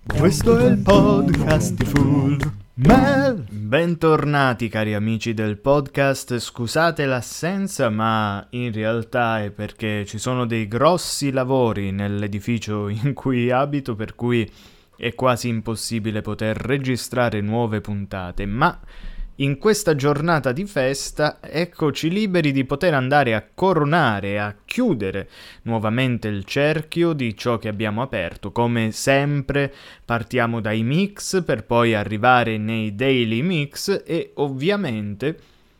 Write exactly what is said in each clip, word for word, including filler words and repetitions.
Questo è il podcast di Full Mel. Bentornati cari amici del podcast, scusate l'assenza, ma in realtà è perché ci sono dei grossi lavori nell'edificio in cui abito, per cui è quasi impossibile poter registrare nuove puntate, ma in questa giornata di festa eccoci liberi di poter andare a coronare, a chiudere nuovamente il cerchio di ciò che abbiamo aperto. Come sempre partiamo dai mix per poi arrivare nei daily mix e ovviamente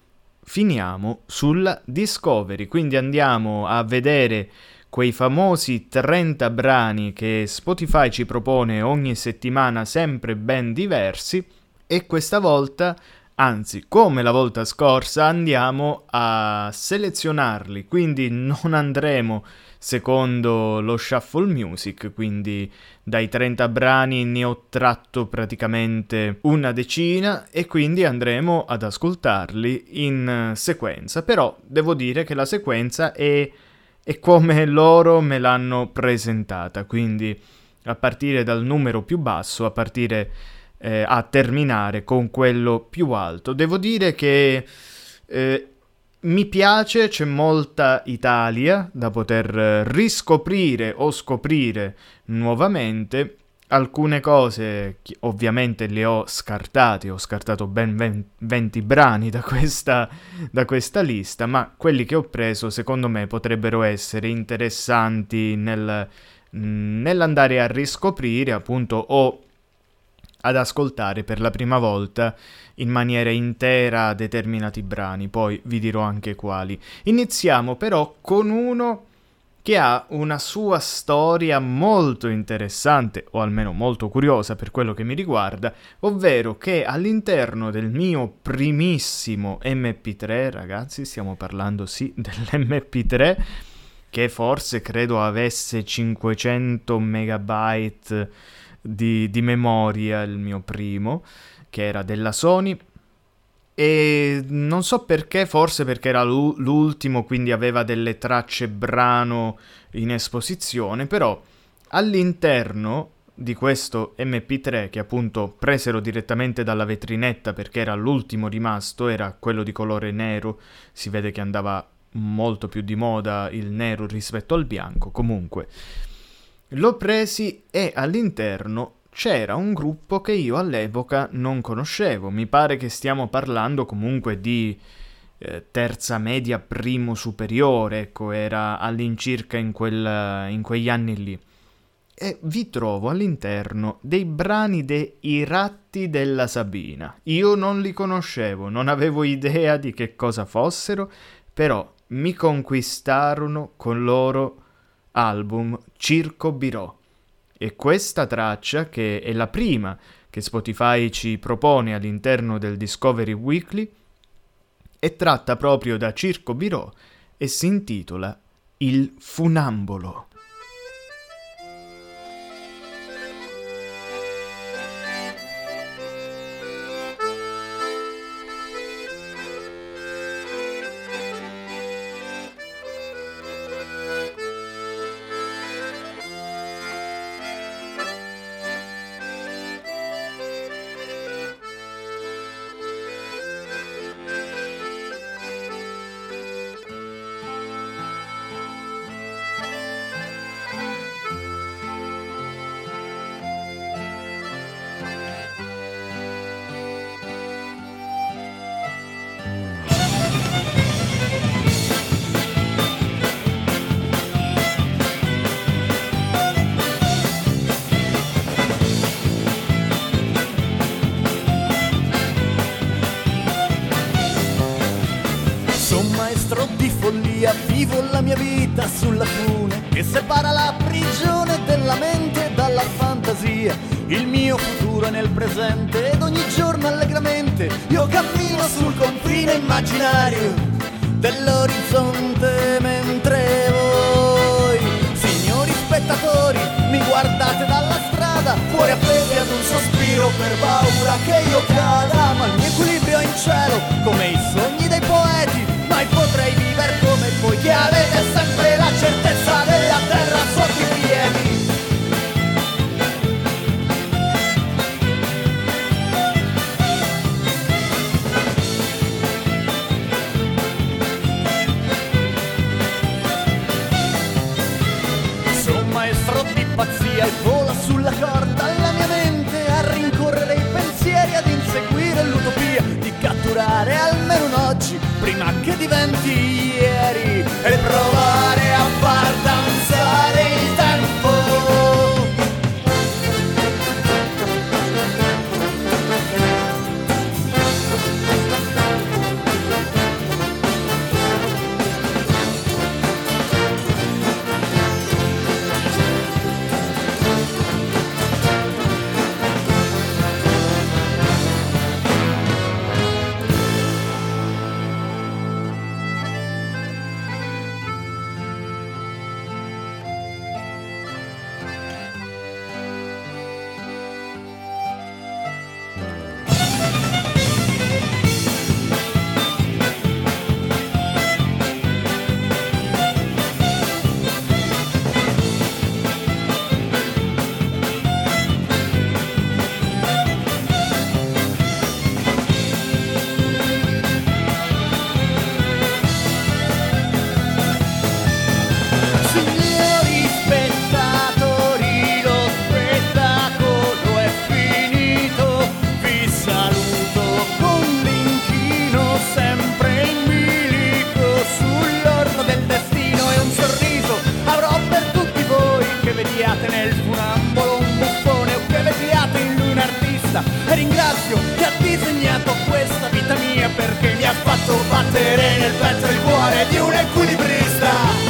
finiamo sulla Discovery, quindi andiamo a vedere quei famosi trenta brani che Spotify ci propone ogni settimana, sempre ben diversi, e questa volta, anzi come la volta scorsa, andiamo a selezionarli, quindi non andremo secondo lo shuffle music, quindi dai trenta brani ne ho tratto praticamente una decina e quindi andremo ad ascoltarli in sequenza, però devo dire che la sequenza è e come loro me l'hanno presentata, quindi a partire dal numero più basso, a partire eh, a terminare con quello più alto. Devo dire che eh, mi piace, c'è molta Italia da poter riscoprire o scoprire nuovamente. Alcune cose ovviamente le ho scartate, ho scartato ben venti brani da questa, da questa lista, ma quelli che ho preso secondo me potrebbero essere interessanti nel, nell'andare a riscoprire appunto o ad ascoltare per la prima volta in maniera intera determinati brani, poi vi dirò anche quali. Iniziamo però con uno che ha una sua storia molto interessante, o almeno molto curiosa per quello che mi riguarda, ovvero che all'interno del mio primissimo emme pi tre, ragazzi, stiamo parlando sì dell'emme pi tre, che forse credo avesse cinquecento megabyte di, di memoria, il mio primo, che era della Sony, e non so perché, forse perché era l'ultimo, quindi aveva delle tracce brano in esposizione, però all'interno di questo emme pi tre, che appunto presero direttamente dalla vetrinetta perché era l'ultimo rimasto, era quello di colore nero, si vede che andava molto più di moda il nero rispetto al bianco, comunque l'ho presi e all'interno c'era un gruppo che io all'epoca non conoscevo. Mi pare che stiamo parlando comunque di eh, terza media, primo superiore, ecco, era all'incirca in, quel, in quegli anni lì. E vi trovo all'interno dei brani dei Ratti della Sabina. Io non li conoscevo, non avevo idea di che cosa fossero, però mi conquistarono con il loro album Circo Birò. E questa traccia, che è la prima che Spotify ci propone all'interno del Discovery Weekly, è tratta proprio da Circo Birò e si intitola Il Funambolo. Vivo la mia vita sulla fune che separa la prigione della mente dalla fantasia. Il mio futuro è nel presente ed ogni giorno allegramente io cammino sul confine immaginario dell'orizzonte, mentre voi, signori spettatori, mi guardate dalla strada, fuori a piedi ad un sospiro per paura che io cada. Ma il mio equilibrio è in cielo come i sogni dei poeti, mai potrei vivere come voi che avete sempre la certezza della terra sotto i piedi. Dio che ha disegnato questa vita mia, perché mi ha fatto battere nel petto il cuore di un equilibrista.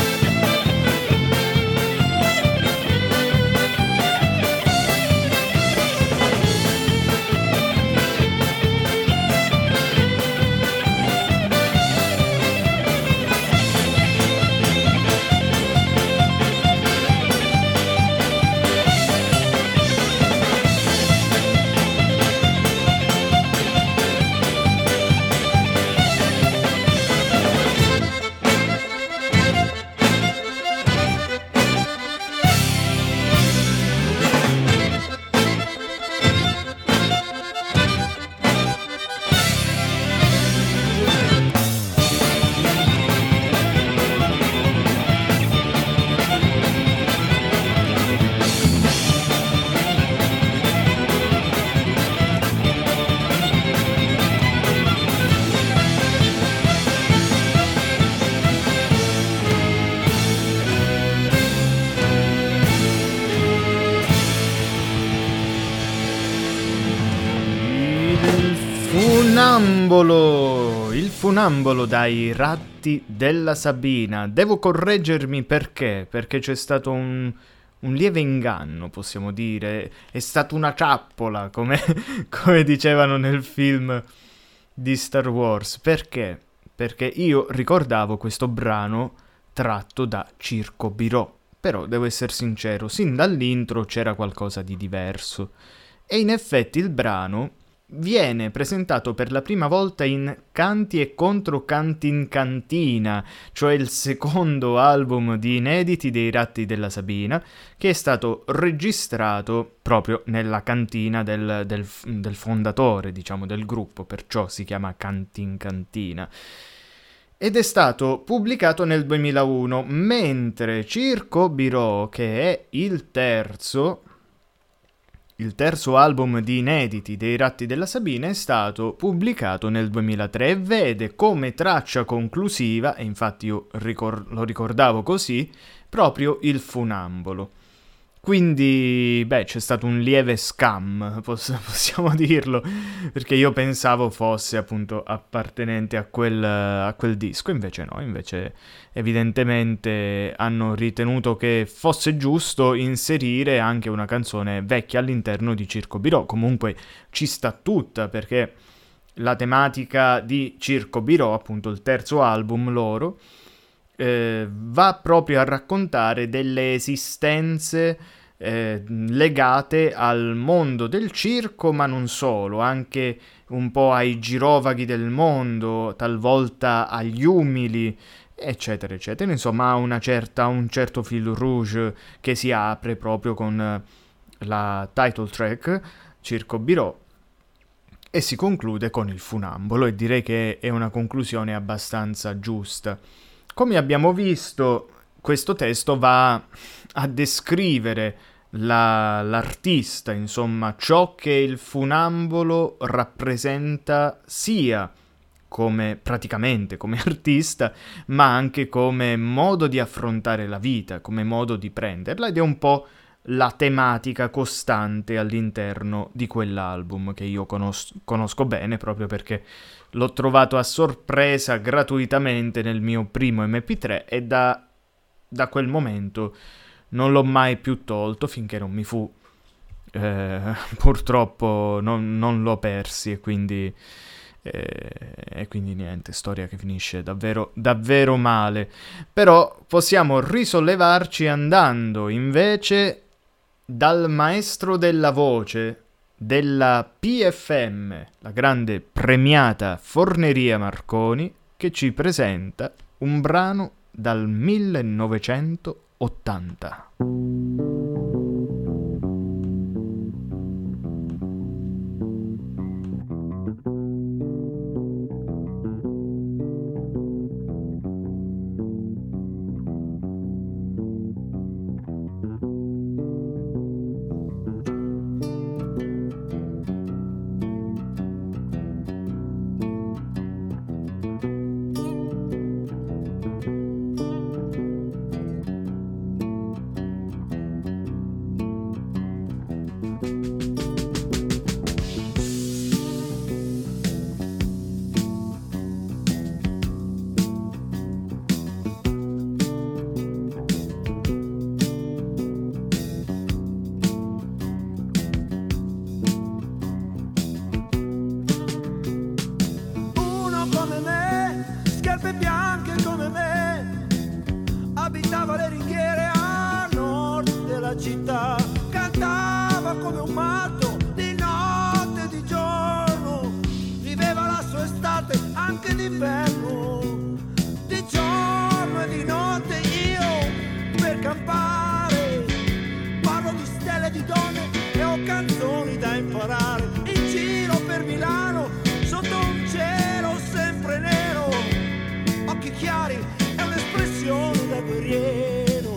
Funambolo, il funambolo dai Ratti della Sabina. Devo correggermi perché? Perché c'è stato un, un lieve inganno, possiamo dire. È stata una ciappola, come, come dicevano nel film di Star Wars. Perché? Perché io ricordavo questo brano tratto da Circo Birò. Però devo essere sincero, sin dall'intro c'era qualcosa di diverso. E in effetti il brano viene presentato per la prima volta in Canti e contro Canti in Cantina, cioè il secondo album di inediti dei Ratti della Sabina, che è stato registrato proprio nella cantina del, del, del fondatore, diciamo, del gruppo, perciò si chiama Canti in Cantina. Ed è stato pubblicato nel duemilauno, mentre Circo Birò, che è il terzo... Il terzo album di inediti dei Ratti della Sabina è stato pubblicato nel duemilatré e vede come traccia conclusiva, e infatti io ricor- lo ricordavo così, proprio il funambolo. Quindi, beh, c'è stato un lieve scam, poss- possiamo dirlo, perché io pensavo fosse appunto appartenente a quel, a quel disco, invece no, invece evidentemente hanno ritenuto che fosse giusto inserire anche una canzone vecchia all'interno di Circo Birò. Comunque ci sta tutta, perché la tematica di Circo Birò, appunto il terzo album loro, Eh, va proprio a raccontare delle esistenze eh, legate al mondo del circo, ma non solo, anche un po' ai girovaghi del mondo, talvolta agli umili, eccetera, eccetera. Insomma, ha una certa, un certo fil rouge che si apre proprio con la title track, Circo Birò, e si conclude con il funambolo, e direi che è una conclusione abbastanza giusta. Come abbiamo visto, questo testo va a descrivere la, l'artista, insomma, ciò che il funambolo rappresenta sia come praticamente come artista, ma anche come modo di affrontare la vita, come modo di prenderla, ed è un po' la tematica costante all'interno di quell'album che io conos- conosco bene, proprio perché l'ho trovato a sorpresa gratuitamente nel mio primo emme pi tre e da, da quel momento non l'ho mai più tolto finché non mi fu. Eh, purtroppo non, non l'ho persi e quindi, eh, e quindi niente, storia che finisce davvero, davvero male. Però possiamo risollevarci andando invece dal maestro della voce della P F M, la grande premiata Forneria Marconi, che ci presenta un brano dal millenovecentottanta. Lavorava come un matto di notte e di giorno, viveva la sua estate anche d'inverno, di giorno e di notte io per campare parlo di stelle, di donne e ho canzoni da imparare, in giro per Milano sotto un cielo sempre nero, occhi chiari è un'espressione da guerriero.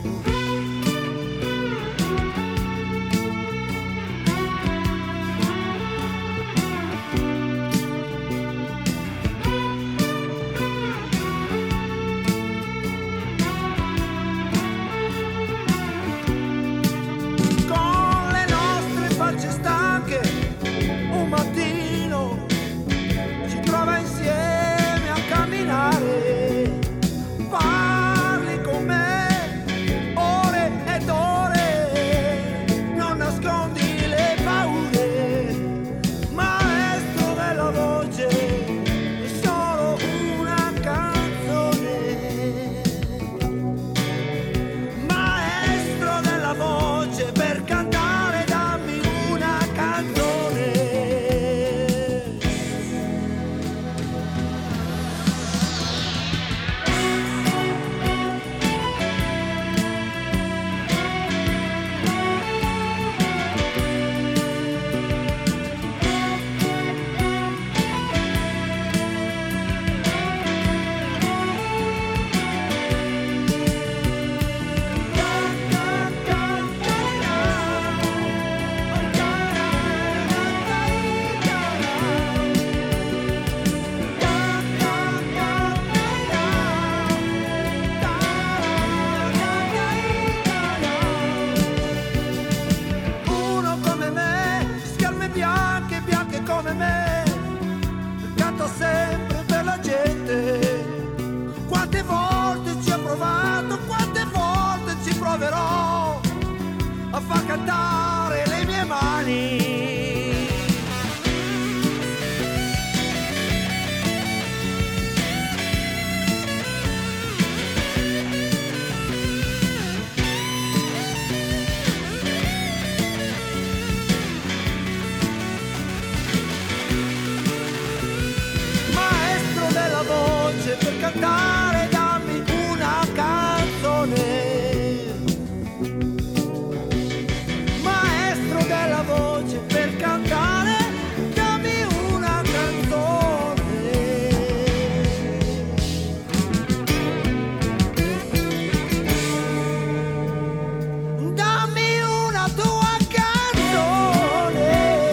A far cantare le mie mani. Maestro della voce per cantare, dammi una canzone. Della voce per cantare, dammi una canzone. Dammi una tua canzone.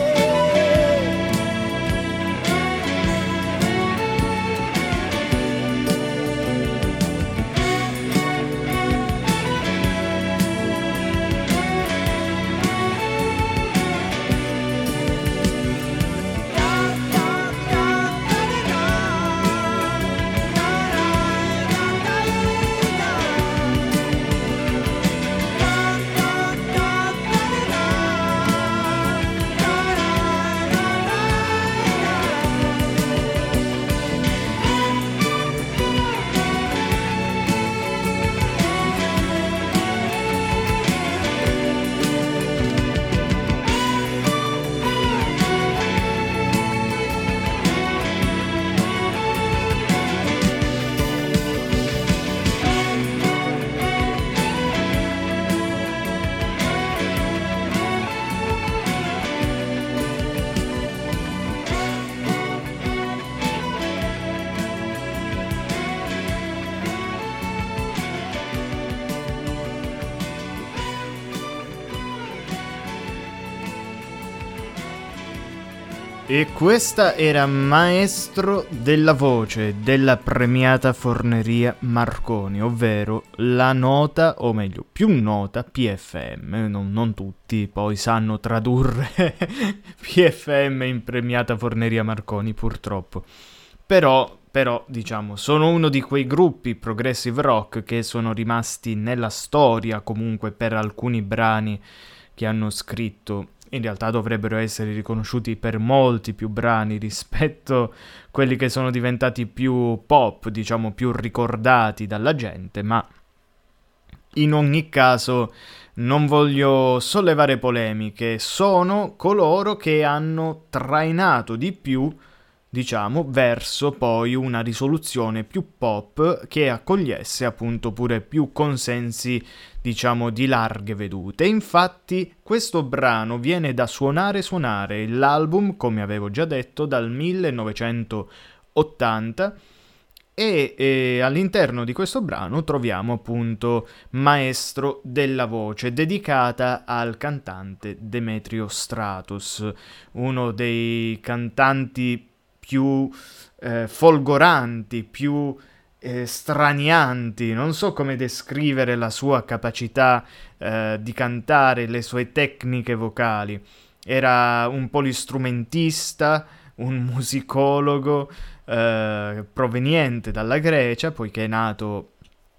E questa era Maestro della voce della premiata Forneria Marconi, ovvero la nota, o meglio, più nota P F M. Non, non tutti poi sanno tradurre P F M in premiata Forneria Marconi, purtroppo. Però, però, diciamo, sono uno di quei gruppi progressive rock che sono rimasti nella storia, comunque, per alcuni brani che hanno scritto. In realtà dovrebbero essere riconosciuti per molti più brani rispetto a quelli che sono diventati più pop, diciamo più ricordati dalla gente, ma in ogni caso non voglio sollevare polemiche, sono coloro che hanno trainato di più, diciamo, verso poi una risoluzione più pop che accogliesse appunto pure più consensi, diciamo, di larghe vedute. Infatti questo brano viene da Suonare Suonare, l'album, come avevo già detto, dal millenovecentottanta, e, e all'interno di questo brano troviamo appunto Maestro della voce, dedicata al cantante Demetrio Stratos, uno dei cantanti più eh, folgoranti, più eh, stranianti, non so come descrivere la sua capacità eh, di cantare, le sue tecniche vocali. Era un polistrumentista, un musicologo eh, proveniente dalla Grecia, poiché è nato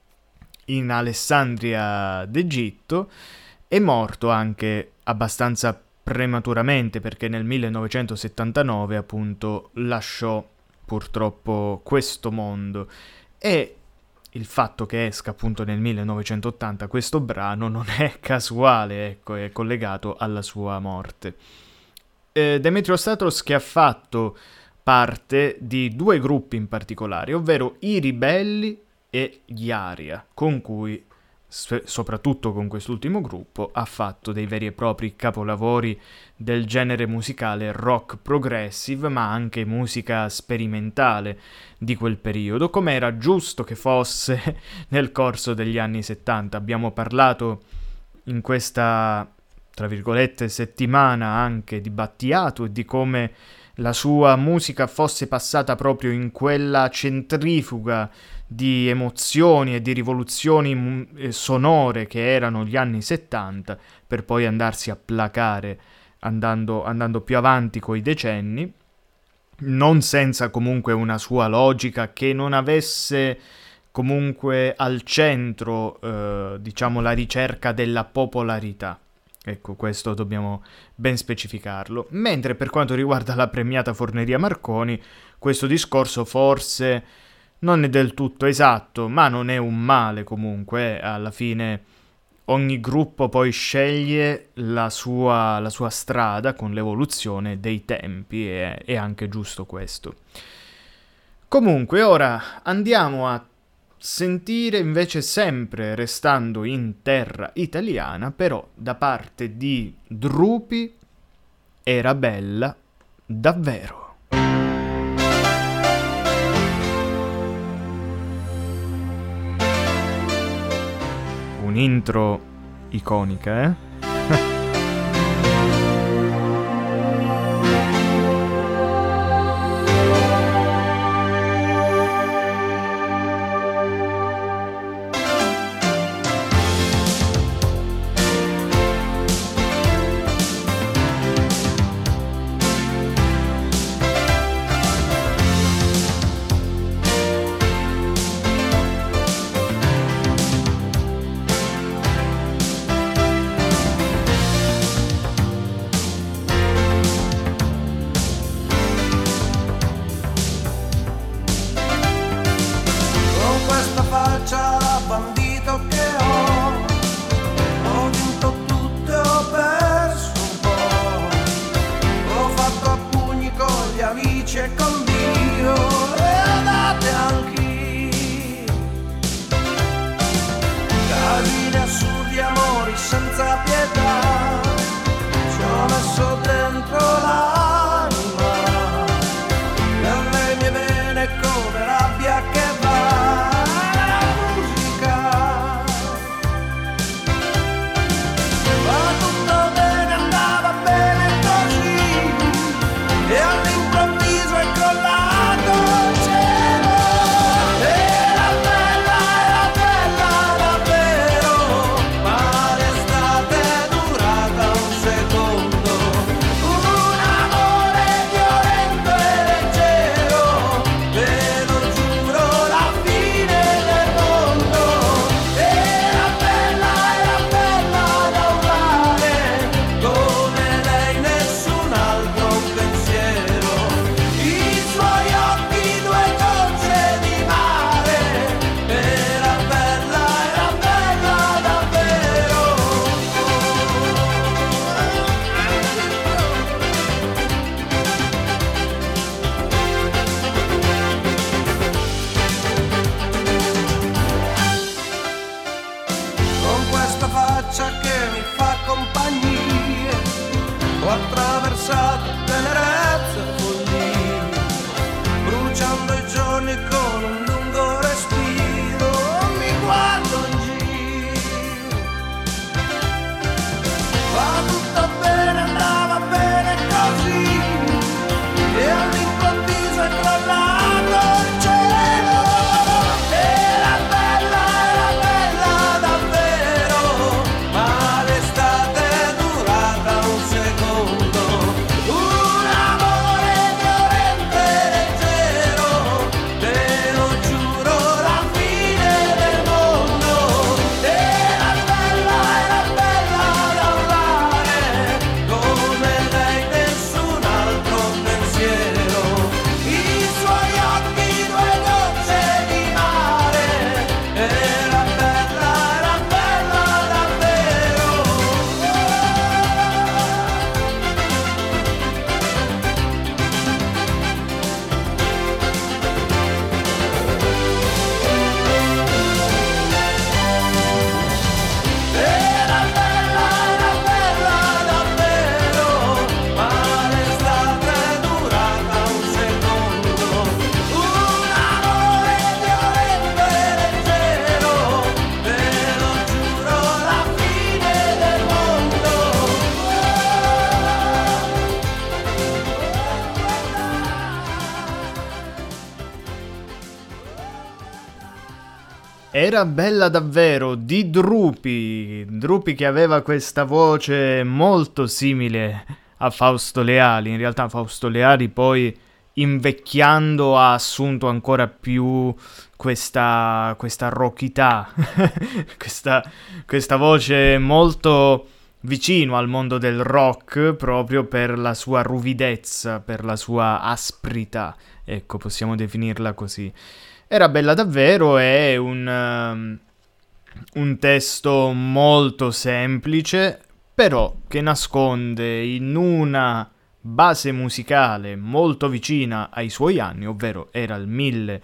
in Alessandria d'Egitto, è morto anche abbastanza prematuramente perché nel millenovecentosettantanove appunto lasciò purtroppo questo mondo, e il fatto che esca appunto nel millenovecentottanta questo brano non è casuale, ecco, è collegato alla sua morte. Eh, Demetrio Stratos, che ha fatto parte di due gruppi in particolare, ovvero i Ribelli e gli Aria, con cui soprattutto con quest'ultimo gruppo ha fatto dei veri e propri capolavori del genere musicale rock progressive, ma anche musica sperimentale di quel periodo, come era giusto che fosse nel corso degli anni settanta. Abbiamo parlato in questa, tra virgolette, settimana anche di Battiato e di come la sua musica fosse passata proprio in quella centrifuga di emozioni e di rivoluzioni sonore che erano gli anni settanta, per poi andarsi a placare andando, andando più avanti coi decenni, non senza comunque una sua logica che non avesse comunque al centro, eh, diciamo, la ricerca della popolarità. Ecco, questo dobbiamo ben specificarlo. Mentre per quanto riguarda la premiata Forneria Marconi, questo discorso forse non è del tutto esatto, ma non è un male comunque. Alla fine ogni gruppo poi sceglie la sua, la sua strada con l'evoluzione dei tempi, e è anche giusto questo. Comunque ora andiamo a sentire invece, sempre restando in terra italiana, però da parte di Drupi, Era bella davvero. Un'intro iconica, eh? E all'improvviso e con la ha versato tenerezza e follia, bruciando i giorni con un lungo respiro. Mi guardo in giro, va tutto bene, andava bene così, e all'improvviso è crollato il cielo. Era bella, era bella davvero, ma l'estate è durata un secondo. Un amore violento e leggero, te lo giuro, la fine del mondo. Era bella, era bella da urlare, come lei nessun altro pensiero. I suoi occhi due gocce di mare, era bella, era bella davvero. Era bella, era bella davvero, ma l'estate è durata un secondo. Un amore violento e leggero, te lo giuro, la fine del mondo. Era bella davvero di Drupi, Drupi che aveva questa voce molto simile a Fausto Leali. In realtà Fausto Leali poi invecchiando ha assunto ancora più questa, questa rockità, questa, questa voce molto vicino al mondo del rock proprio per la sua ruvidezza, per la sua asprità, ecco, possiamo definirla così. Era bella davvero, è un, um, un testo molto semplice, però che nasconde in una base musicale molto vicina ai suoi anni, ovvero era il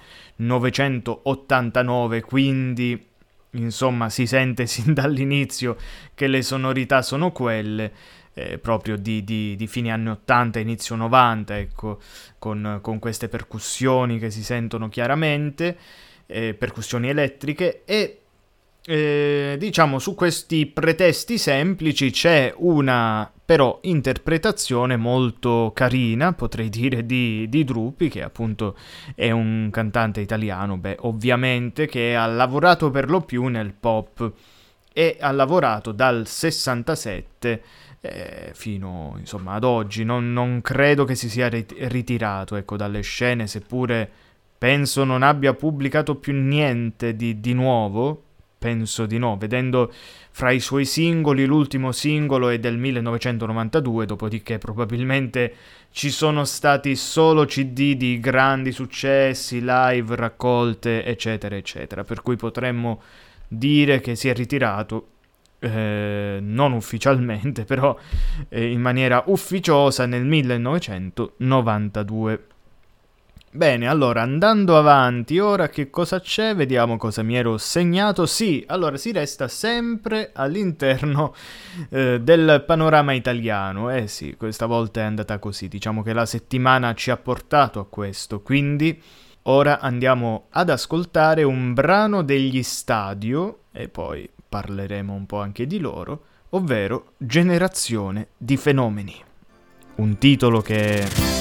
millenovecentottantanove, quindi insomma si sente sin dall'inizio che le sonorità sono quelle, eh, proprio di, di, di fine anni ottanta, inizio novanta, ecco, con, con queste percussioni che si sentono chiaramente, eh, percussioni elettriche, e eh, diciamo su questi pretesti semplici c'è una però interpretazione molto carina, potrei dire, di, di Drupi, che appunto è un cantante italiano, beh, ovviamente, che ha lavorato per lo più nel pop e ha lavorato dal sessantasette eh, fino insomma ad oggi. Non, non credo che si sia rit- ritirato ecco dalle scene, seppure penso non abbia pubblicato più niente di, di nuovo. Penso di no, vedendo fra i suoi singoli l'ultimo singolo è del millenovecentonovantadue, dopodiché probabilmente ci sono stati solo C D di grandi successi, live, raccolte, eccetera, eccetera, per cui potremmo dire che si è ritirato, eh, non ufficialmente, però eh, in maniera ufficiosa nel millenovecentonovantadue. Bene, allora, andando avanti, ora che cosa c'è? Vediamo cosa mi ero segnato. Sì, allora, si resta sempre all'interno eh, del panorama italiano. Eh sì, questa volta è andata così. Diciamo che la settimana ci ha portato a questo. Quindi, ora andiamo ad ascoltare un brano degli Stadio, e poi parleremo un po' anche di loro, ovvero Generazione di fenomeni. Un titolo che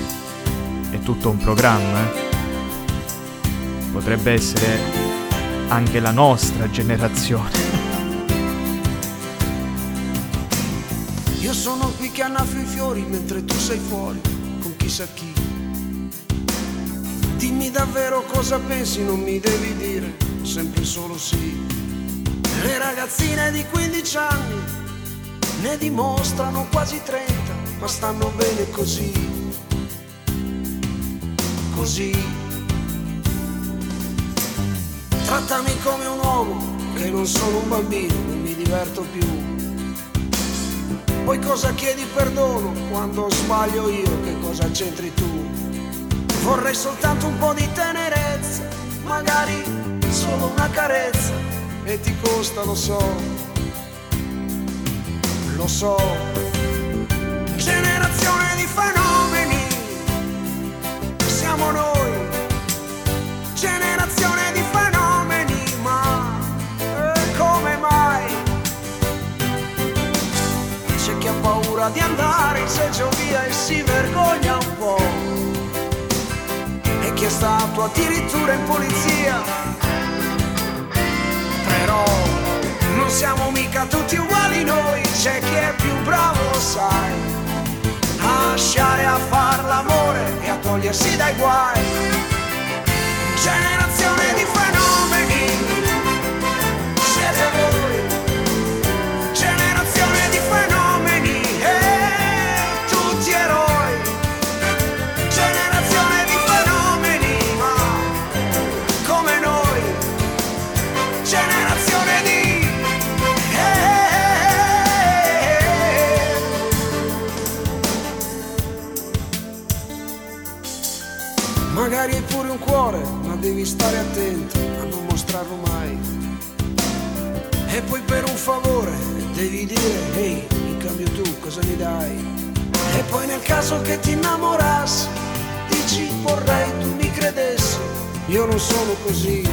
è tutto un programma, eh? Potrebbe essere anche la nostra generazione. Io sono qui che annafio i fiori mentre tu sei fuori con chissà chi. Dimmi davvero cosa pensi, non mi devi dire sempre solo sì. Le ragazzine di quindici anni ne dimostrano quasi trenta, ma stanno bene così. Così trattami come un uomo, che non sono un bambino, non mi diverto più. Poi cosa chiedi perdono quando sbaglio io, che cosa c'entri tu? Vorrei soltanto un po' di tenerezza, magari solo una carezza, e ti costa, lo so, lo so. Generazione passato addirittura in polizia. Però non siamo mica tutti uguali noi, c'è chi è più bravo, sai, a lasciare a far l'amore e a togliersi dai guai. Generazione di fenomeni, siete voi. Generazione di fenomeni e tutti eroi. Generazione di fenomeni, ma come noi. Generazione di eh. Magari hai pure un cuore, ma devi stare attento a non mostrarlo mai. E poi per un favore devi dire ehi, in cambio tu cosa mi dai? E poi nel caso che ti innamorassi dici vorrei tu mi credessi. Io non sono così,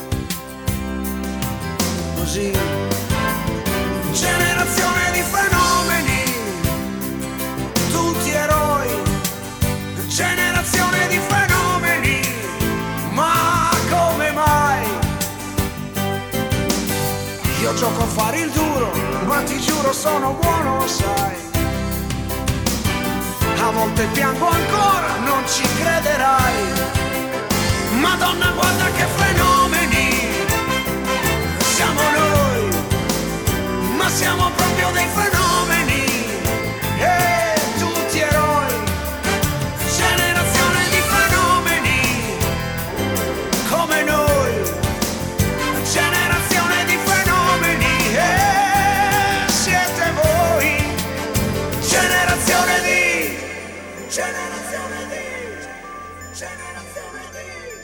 così. Generazione di fenomeni, tutti eroi. Generazione di fenomeni, ma come mai? Io gioco a fare il duro, ma ti giuro sono buono, sai. A volte piango ancora, non ci crederai. Madonna, guarda che fenomeni siamo noi, ma siamo proprio dei fenomeni e tutti eroi. Generazione di fenomeni come noi. Generazione di fenomeni e siete voi. Generazione di Generazione di Generazione di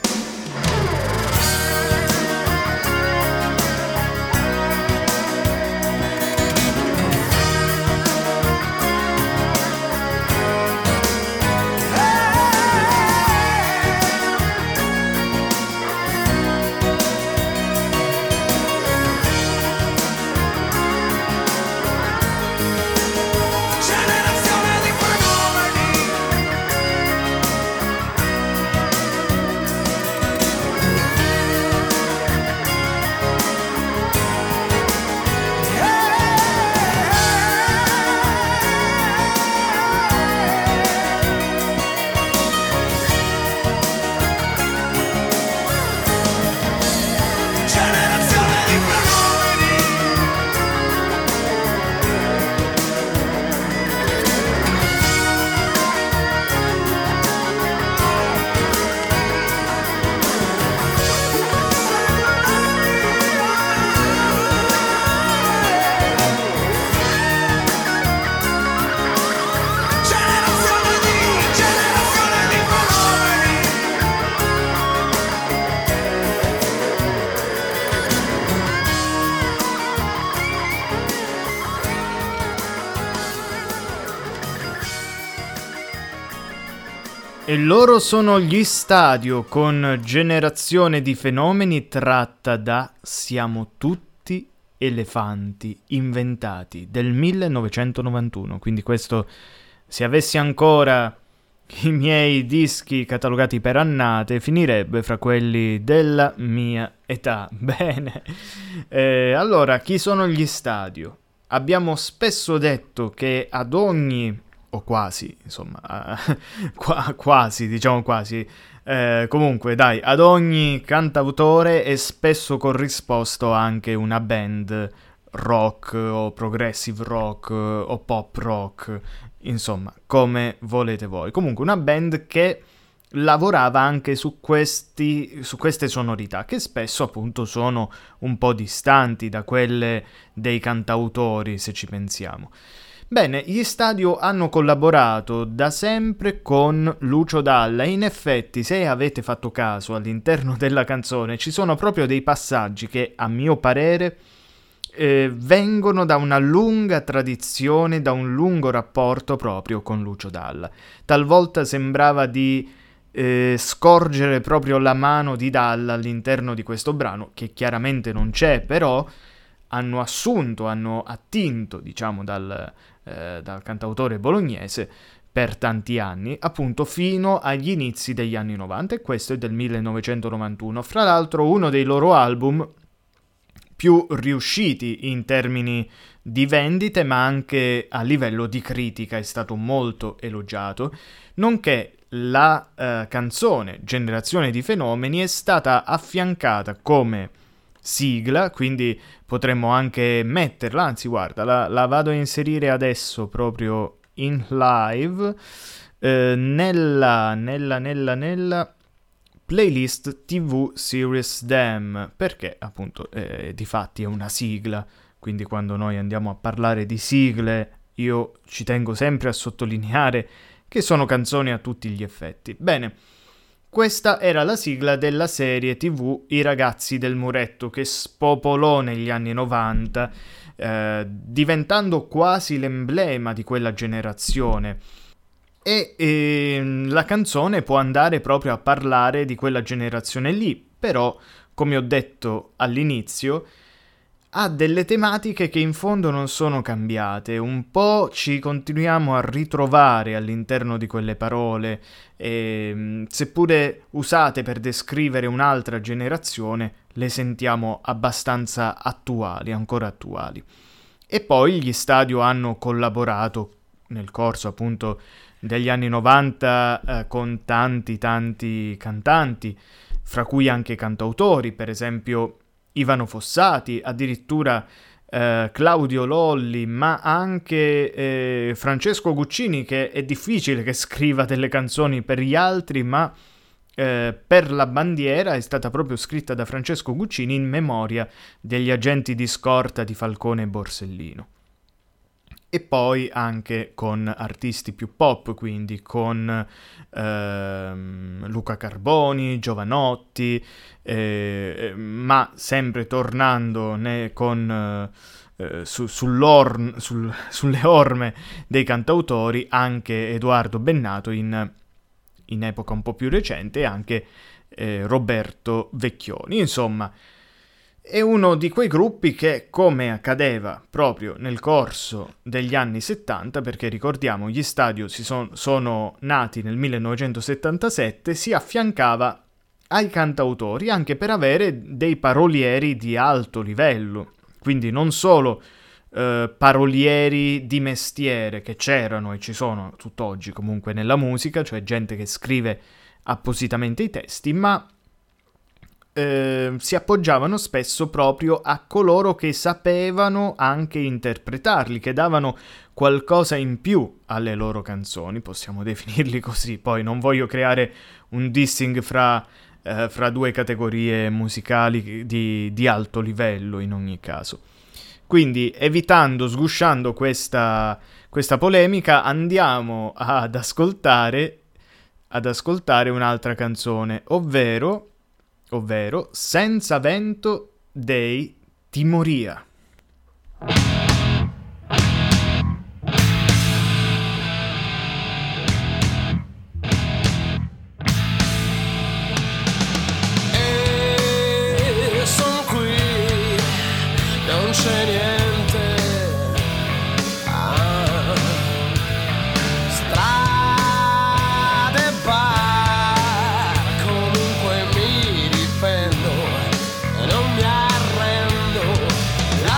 E loro sono gli Stadio con Generazione di fenomeni, tratta da Siamo tutti elefanti inventati del millenovecentonovantuno. Quindi questo, se avessi ancora i miei dischi catalogati per annate, finirebbe fra quelli della mia età. Bene, eh, allora, chi sono gli Stadio? Abbiamo spesso detto che ad ogni... o quasi, insomma, qua, quasi, diciamo quasi, eh, comunque dai, ad ogni cantautore è spesso corrisposto anche una band rock o progressive rock o pop rock, insomma, come volete voi. Comunque una band che lavorava anche su questi, su queste sonorità, che spesso appunto sono un po' distanti da quelle dei cantautori, se ci pensiamo. Bene, gli Stadio hanno collaborato da sempre con Lucio Dalla e in effetti, se avete fatto caso, all'interno della canzone ci sono proprio dei passaggi che, a mio parere, eh, vengono da una lunga tradizione, da un lungo rapporto proprio con Lucio Dalla. Talvolta sembrava di eh, scorgere proprio la mano di Dalla all'interno di questo brano, che chiaramente non c'è, però hanno assunto, hanno attinto, diciamo, dal... Eh, dal cantautore bolognese per tanti anni, appunto fino agli inizi degli anni novanta, e questo è del millenovecentonovantuno. Fra l'altro uno dei loro album più riusciti in termini di vendite, ma anche a livello di critica, è stato molto elogiato, nonché la eh, canzone Generazione di fenomeni è stata affiancata come sigla, quindi potremmo anche metterla, anzi guarda, la, la vado a inserire adesso proprio in live, eh, nella, nella, nella, nella playlist T V Series Them, perché appunto eh, difatti è una sigla, quindi quando noi andiamo a parlare di sigle io ci tengo sempre a sottolineare che sono canzoni a tutti gli effetti. Bene, questa era la sigla della serie tivù I ragazzi del muretto, che spopolò negli anni novanta, eh, diventando quasi l'emblema di quella generazione. E, e la canzone può andare proprio a parlare di quella generazione lì, però, come ho detto all'inizio, ha delle tematiche che in fondo non sono cambiate. Un po' ci continuiamo a ritrovare all'interno di quelle parole, e, seppure usate per descrivere un'altra generazione, le sentiamo abbastanza attuali, ancora attuali. E poi gli Stadio hanno collaborato nel corso appunto degli anni novanta eh, con tanti tanti cantanti, fra cui anche cantautori, per esempio Ivano Fossati, addirittura eh, Claudio Lolli, ma anche eh, Francesco Guccini, che è difficile che scriva delle canzoni per gli altri, ma eh, per la bandiera è stata proprio scritta da Francesco Guccini in memoria degli agenti di scorta di Falcone e Borsellino. E poi anche con artisti più pop, quindi con ehm, Luca Carboni, Giovanotti, eh, ma sempre tornando né, con, eh, su, sull'orn, sul, sulle orme dei cantautori, anche Edoardo Bennato in, in epoca un po' più recente, e anche eh, Roberto Vecchioni. Insomma, è uno di quei gruppi che, come accadeva proprio nel corso degli anni settanta, perché ricordiamo gli Stadio si son, sono nati nel millenovecentosettantasette, si affiancava ai cantautori anche per avere dei parolieri di alto livello, quindi non solo eh, parolieri di mestiere, che c'erano e ci sono tutt'oggi comunque nella musica, cioè gente che scrive appositamente i testi, ma Eh, si appoggiavano spesso proprio a coloro che sapevano anche interpretarli, che davano qualcosa in più alle loro canzoni, possiamo definirli così. Poi non voglio creare un dissing fra, eh, fra due categorie musicali di, di alto livello in ogni caso. Quindi, evitando, sgusciando questa, questa polemica, andiamo ad ascoltare, ad ascoltare un'altra canzone, ovvero... ovvero Senza vento dei Timoria. E son qui, non c'è niente. Ah, strade, bar, comunque mi non mi arrendo,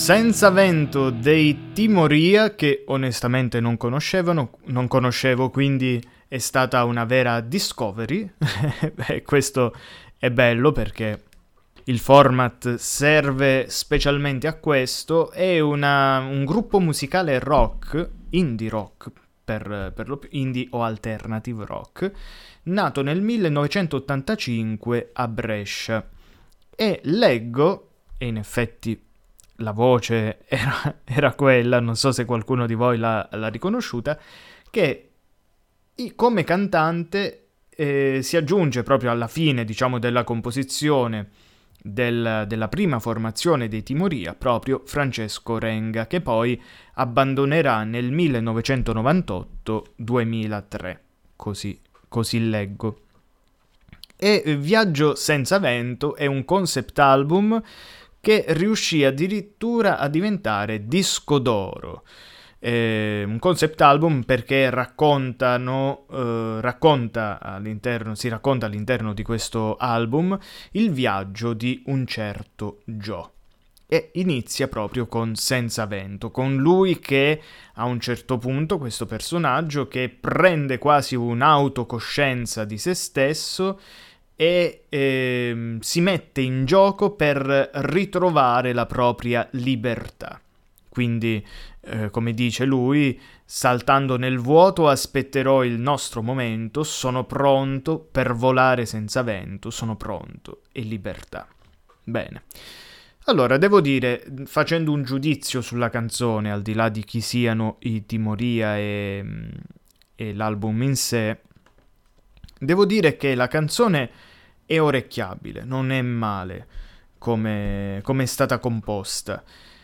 Senza vento dei Timoria, che onestamente non conoscevano, non conoscevo, quindi è stata una vera discovery. E questo è bello perché il format serve specialmente a questo. È una, un gruppo musicale rock, indie rock, per, per lo più indie o alternative rock, nato nel millenovecentottantacinque a Brescia. E leggo, e in effetti la voce era, era quella, non so se qualcuno di voi l'ha, l'ha riconosciuta, che come cantante eh, si aggiunge proprio alla fine, diciamo, della composizione del, della prima formazione dei Timoria, proprio Francesco Renga, che poi abbandonerà nel millenovecentonovantotto duemilatré, così, così leggo. E Viaggio senza vento è un concept album che riuscì addirittura a diventare disco d'oro. Eh, un concept album perché raccontano, eh, racconta all'interno, si racconta all'interno di questo album il viaggio di un certo Joe. E inizia proprio con Senza vento, con lui che a un certo punto, questo personaggio che prende quasi un'autocoscienza di se stesso e eh, si mette in gioco per ritrovare la propria libertà. Quindi, eh, come dice lui, saltando nel vuoto aspetterò il nostro momento, sono pronto per volare senza vento, sono pronto, e libertà. Bene. Allora, devo dire, facendo un giudizio sulla canzone, al di là di chi siano i Timoria e, e l'album in sé, devo dire che la canzone è orecchiabile, non è male come, come è stata composta.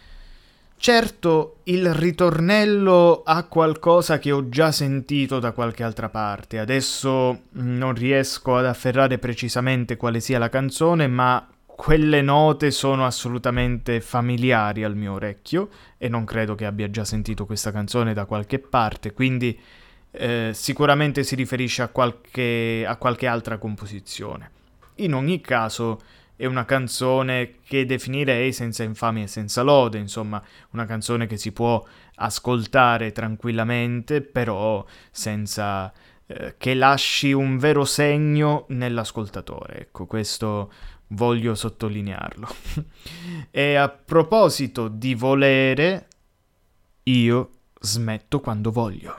Certo, il ritornello ha qualcosa che ho già sentito da qualche altra parte. Adesso non riesco ad afferrare precisamente quale sia la canzone, ma quelle note sono assolutamente familiari al mio orecchio e non credo che abbia già sentito questa canzone da qualche parte, quindi eh, sicuramente si riferisce a qualche, a qualche altra composizione. In ogni caso è una canzone che definirei senza infamia e senza lode, insomma una canzone che si può ascoltare tranquillamente, però senza eh, che lasci un vero segno nell'ascoltatore, ecco, questo voglio sottolinearlo. E a proposito di volere, io smetto quando voglio.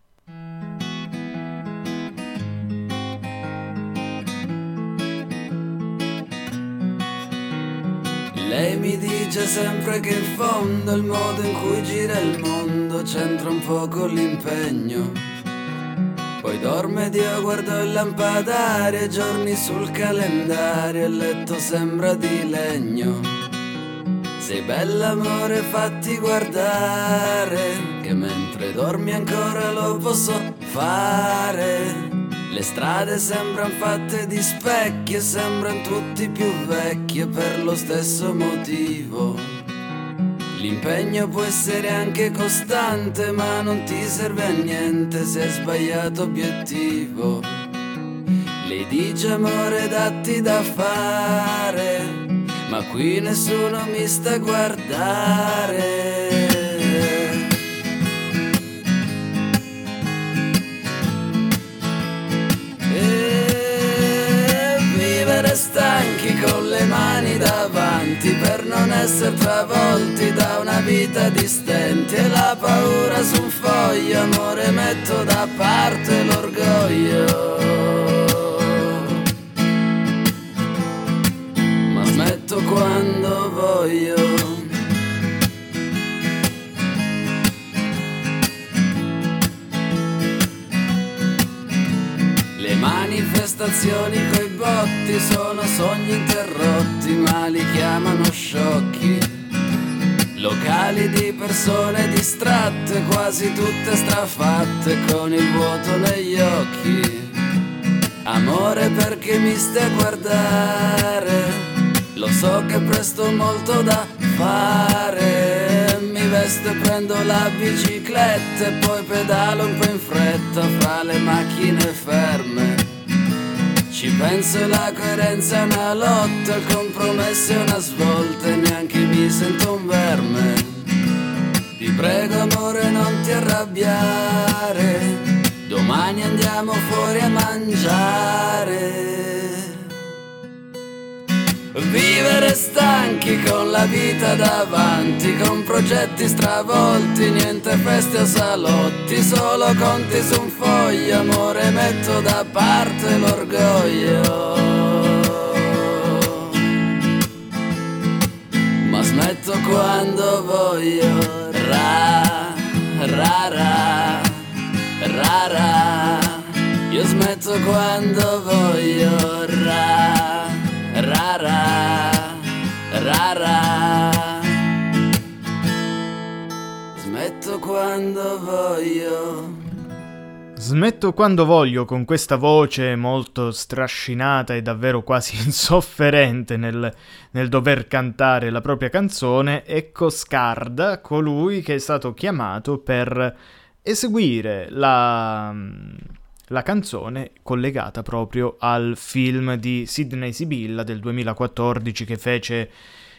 Lei mi dice sempre che in fondo il modo in cui gira il mondo c'entra un po' con l'impegno. Poi dorme ed io guardo il lampadario, giorni sul calendario, il letto sembra di legno. Sei bella amore, fatti guardare, che mentre dormi ancora lo posso fare. Le strade sembrano fatte di specchi e sembrano tutti più vecchi per lo stesso motivo. L'impegno può essere anche costante, ma non ti serve a niente se hai sbagliato obiettivo. Lei dice amore datti da fare, ma qui nessuno mi sta a guardare. Stanchi con le mani davanti per non essere travolti da una vita di stenti, e la paura su un foglio, amore metto da parte l'orgoglio, ma smetto quando voglio. Manifestazioni coi botti sono sogni interrotti, ma li chiamano sciocchi. Locali di persone distratte, quasi tutte strafatte, con il vuoto negli occhi. Amore perché mi stai a guardare, lo so che presto molto da fare. Mi vesto e prendo la bicicletta e poi pedalo un po' in fretta fra le macchine ferme. Ci Penso la coerenza è una lotta, il compromesso è una svolta e neanche mi sento un verme. Ti prego amore non ti arrabbiare, domani andiamo fuori a mangiare. Vivere stanchi con la vita davanti, con progetti stravolti, niente feste o salotti, solo conti su un foglio, amore metto da parte l'orgoglio. Ma smetto quando voglio, ra, ra, ra, ra, ra. Io smetto quando voglio, ra, ra, ra, ra, ra. Smetto quando voglio. Smetto quando voglio, con questa voce molto strascinata e davvero quasi insofferente nel, nel dover cantare la propria canzone. Ecco Scarda, colui che è stato chiamato per eseguire la... la canzone collegata proprio al film di Sidney Sibilla del duemilaquattordici che fece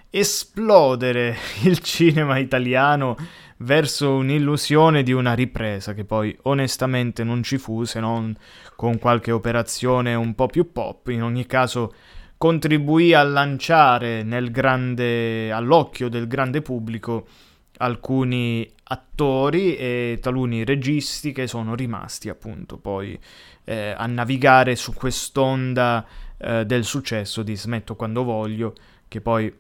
esplodere il cinema italiano verso un'illusione di una ripresa che poi onestamente non ci fu, se non con qualche operazione un po' più pop. In ogni caso contribuì a lanciare nel grande, all'occhio del grande pubblico alcuni attori e taluni registi che sono rimasti appunto poi eh, a navigare su quest'onda eh, del successo di Smetto quando voglio, che poi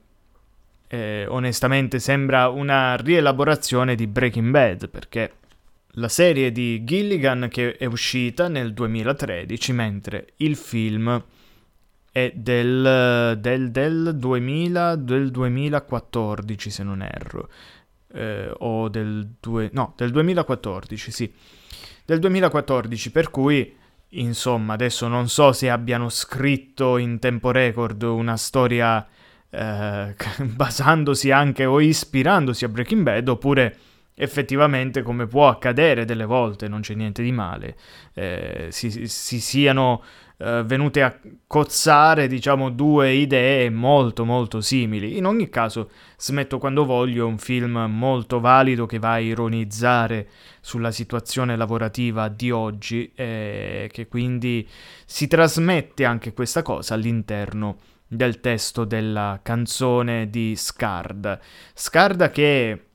eh, onestamente sembra una rielaborazione di Breaking Bad, perché la serie di Gilligan che è uscita nel duemilatredici, mentre il film è del, del, del, duemila, del duemilaquattordici se non erro. Eh, o del due, no, del duemilaquattordici, sì, del duemilaquattordici, per cui insomma adesso non so se abbiano scritto in tempo record una storia eh, basandosi anche o ispirandosi a Breaking Bad, oppure effettivamente, come può accadere delle volte, non c'è niente di male, eh, si, si siano eh, venute a cozzare, diciamo, due idee molto molto simili. In ogni caso, Smetto quando voglio è un film molto valido che va a ironizzare sulla situazione lavorativa di oggi e che quindi si trasmette anche questa cosa all'interno del testo della canzone di Scarda. Scarda che è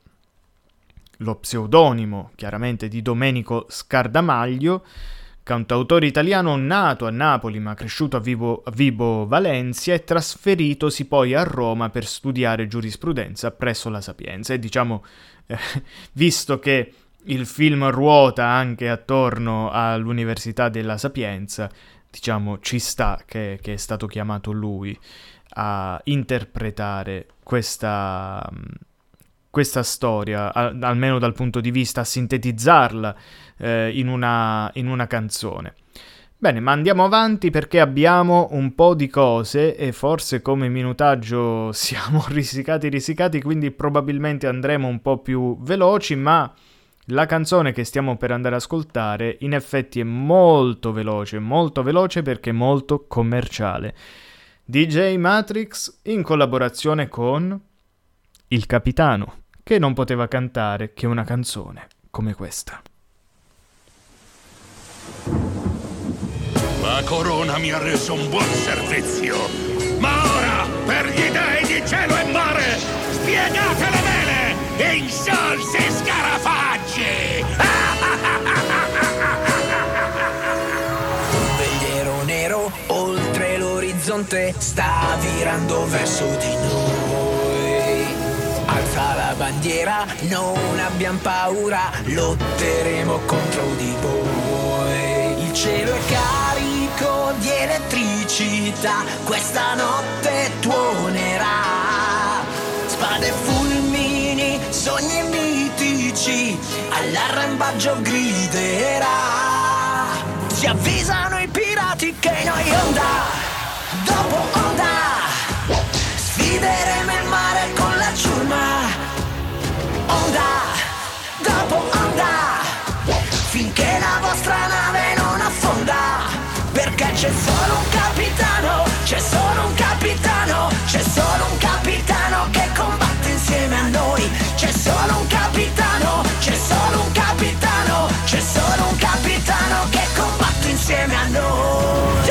lo pseudonimo, chiaramente, di Domenico Scardamaglio, cantautore italiano nato a Napoli ma cresciuto a Vibo, a Vibo Valencia e trasferitosi poi a Roma per studiare giurisprudenza presso la Sapienza. E diciamo, eh, visto che il film ruota anche attorno all'Università della Sapienza, diciamo ci sta che, che è stato chiamato lui a interpretare questa... questa storia, al, almeno dal punto di vista, a sintetizzarla eh, in, una, in una canzone. Bene, ma andiamo avanti perché abbiamo un po' di cose e forse come minutaggio siamo risicati risicati, quindi probabilmente andremo un po' più veloci, ma la canzone che stiamo per andare ad ascoltare in effetti è molto veloce, molto veloce perché molto commerciale. D J Matrix in collaborazione con Il Capitano, che non poteva cantare che una canzone come questa. La corona mi ha reso un buon servizio, ma ora, per gli dei di cielo e mare, spiegate le vele e insolsi scarafaggi! Un veliero nero oltre l'orizzonte sta virando verso di noi. Alza la bandiera, non abbiamo paura, lotteremo contro di voi. Il cielo è carico di elettricità, questa notte tuonerà. Spade e fulmini, sogni mitici, all'arrembaggio griderà. Si avvisano i pirati che noi onda dopo onda sfideremo il mare con la ciurma, onda dopo onda, finché la vostra nave non affonda, perché c'è solo un capitano, c'è solo un capitano, c'è solo un capitano che combatte insieme a noi. C'è solo un capitano, c'è solo un capitano, c'è solo un capitano che combatte insieme a noi.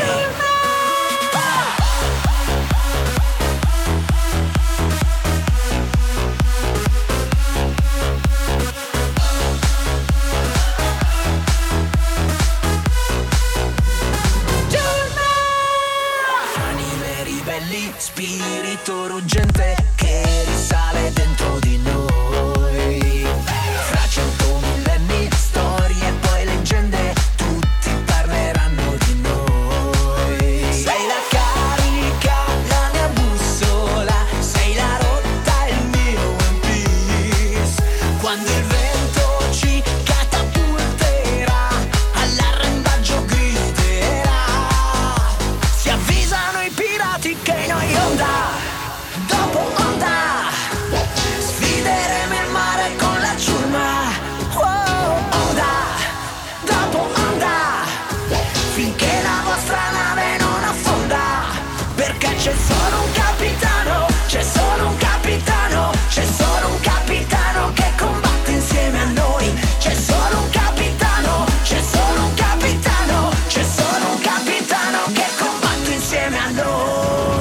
Spirito ruggente che risale dentro di noi. Fra cento millenni, storie e poi leggende, tutti parleranno di noi. Sei la carica, la mia bussola, sei la rotta, il mio One Piece. Quando il vento ci catapulterà, all'arrembaggio griderà. Si avvisano i pirati che noi onda dopo onda sfideremo il mare con la ciurma. Oh, onda dopo onda finché la vostra nave non affonda. Perché c'è solo un capitano, c'è solo un capitano, c'è solo un capitano che combatte insieme a noi. C'è solo un capitano, c'è solo un capitano, c'è solo un capitano che combatte insieme a noi.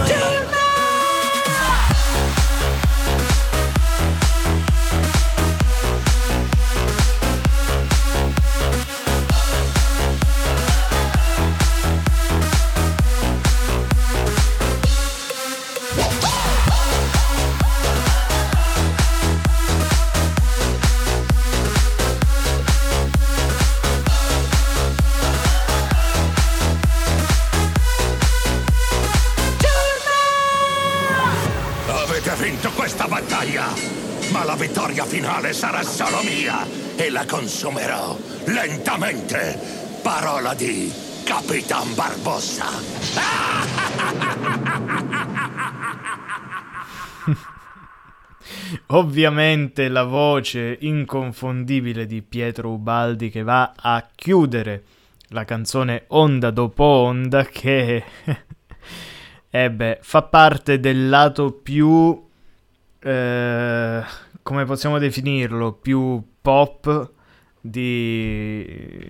Vinto questa battaglia, ma la vittoria finale sarà solo mia e la consumerò lentamente. Parola di Capitan Barbossa. Ovviamente la voce inconfondibile di Pietro Ubaldi che va a chiudere la canzone Onda dopo Onda, che eh beh, fa parte del lato più Eh, come possiamo definirlo, più pop di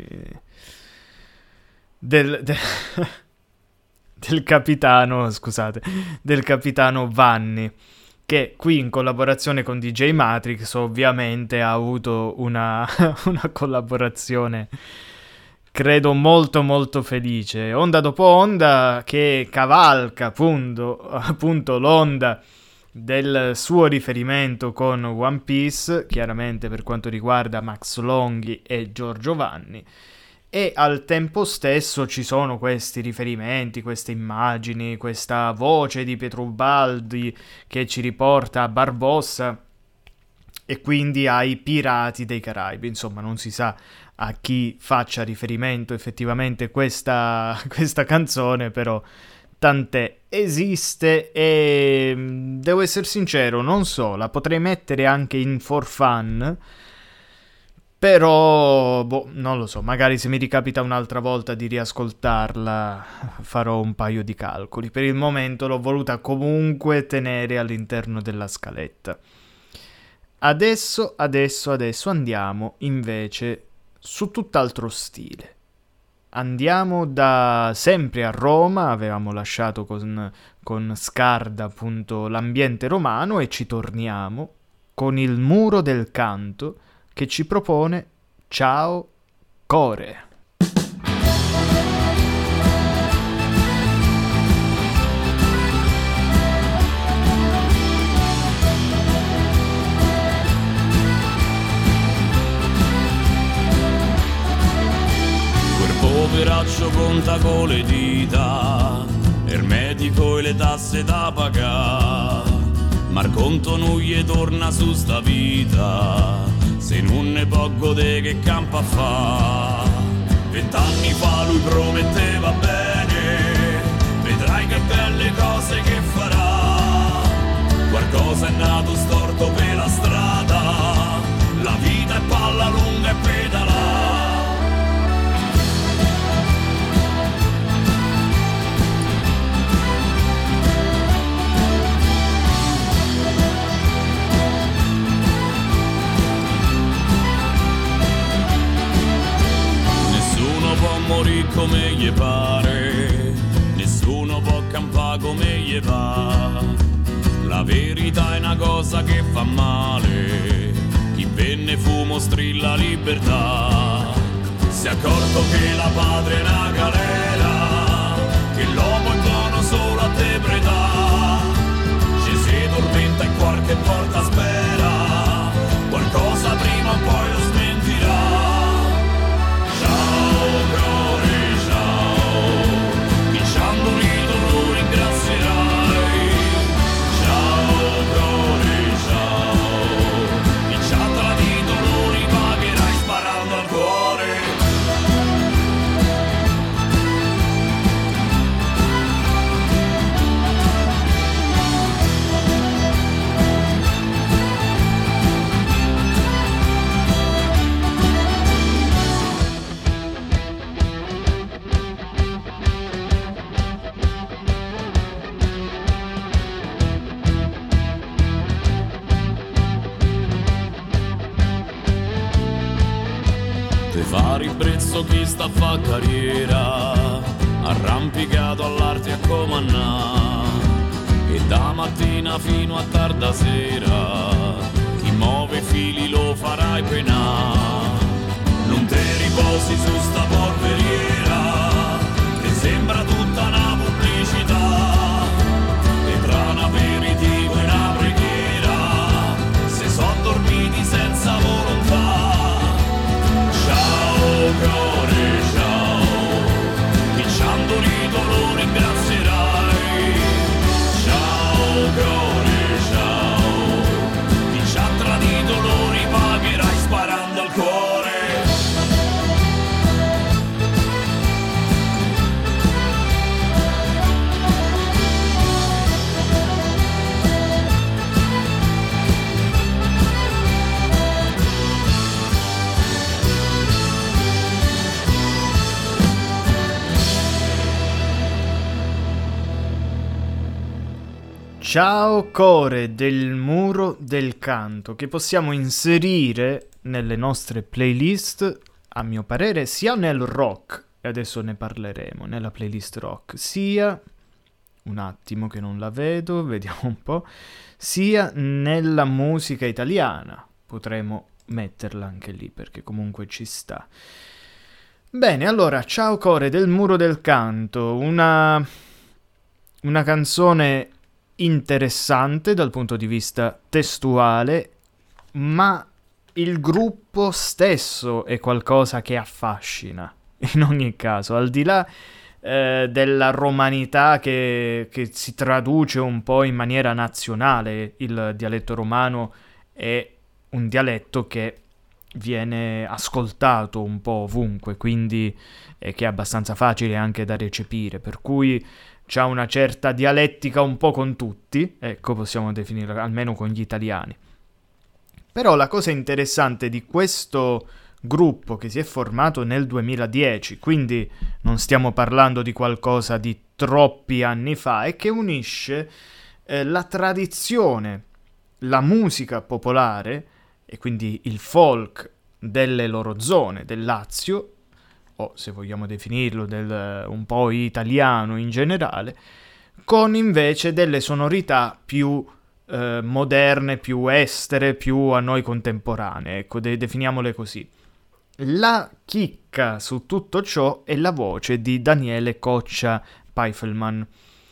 del, de... del capitano, scusate, del capitano Vanni, che qui in collaborazione con D J Matrix ovviamente ha avuto una, una collaborazione credo molto molto felice. Onda dopo onda che cavalca appunto, appunto l'onda del suo riferimento con One Piece, chiaramente per quanto riguarda Max Longhi e Giorgio Vanni, e al tempo stesso ci sono questi riferimenti, queste immagini, questa voce di Pietro Ubaldi che ci riporta a Barbossa e quindi ai Pirati dei Caraibi. Insomma, non si sa a chi faccia riferimento effettivamente questa, questa canzone, però tant'è, esiste e devo essere sincero, non so, la potrei mettere anche in for fun, però boh, non lo so, magari se mi ricapita un'altra volta di riascoltarla farò un paio di calcoli. Per il momento l'ho voluta comunque tenere all'interno della scaletta. Adesso, adesso, adesso andiamo invece su tutt'altro stile. Andiamo da sempre a Roma, avevamo lasciato con, con Scarda appunto l'ambiente romano e ci torniamo con il Muro del Canto che ci propone Ciao Core. Poveraccio conta con le dita, il medico e le tasse da pagare, ma il conto non gli torna su sta vita, se non ne può godere che campa a fa. Vent'anni fa lui prometteva bene, vedrai che belle cose che farà, qualcosa è nato storto per la strada, la vita è palla lunga e pedala. gli va. La verità è una cosa che fa male, chi venne fumo strilla libertà. Si è accorto che la patria è una galera, che l'uomo è buono solo a depredà. Ci si tormenta in qualche porta spera, qualcosa prima o poi lo smentirà. Ciao cuore, ciao, vinciandoli tu ringrazierai. Ciao cuore, ciao, vinciata di dolori pagherai sparando al cuore. Fa ribrezzo chi sta a fa carriera, arrampicato all'arte a comandà, e da mattina fino a tarda sera chi muove i fili lo farai penà. Non te riposi su sta polveriera che sembra tutta una pubblicità, e tra un aperitivo e una preghiera se son dormiti senza volontà. Ciao cuore, ciao, vinciandoli dolori ringrazierai. Ciao cuore, ciao, vinciatra di dolori pagherai sparando al cuore. Ciao core del Muro del Canto, che possiamo inserire nelle nostre playlist, a mio parere, sia nel rock, e adesso ne parleremo, nella playlist rock, sia, un attimo che non la vedo, vediamo un po', sia nella musica italiana, potremo metterla anche lì, perché comunque ci sta. Bene, allora, Ciao core del Muro del Canto, una, una canzone interessante dal punto di vista testuale, ma il gruppo stesso è qualcosa che affascina in ogni caso, al di là eh, della romanità che, che si traduce un po' in maniera nazionale. Il dialetto romano è un dialetto che viene ascoltato un po' ovunque, quindi è che è abbastanza facile anche da recepire, per cui c'ha una certa dialettica un po' con tutti, ecco, possiamo definirla, almeno con gli italiani. Però la cosa interessante di questo gruppo che si è formato nel duemiladieci, quindi non stiamo parlando di qualcosa di troppi anni fa, è che unisce eh, la tradizione, la musica popolare, e quindi il folk delle loro zone, del Lazio, o se vogliamo definirlo del, un po' italiano in generale, con invece delle sonorità più eh, moderne, più estere, più a noi contemporanee, ecco, de- definiamole così. La chicca su tutto ciò è la voce di Daniele Coccia Pfeifferman,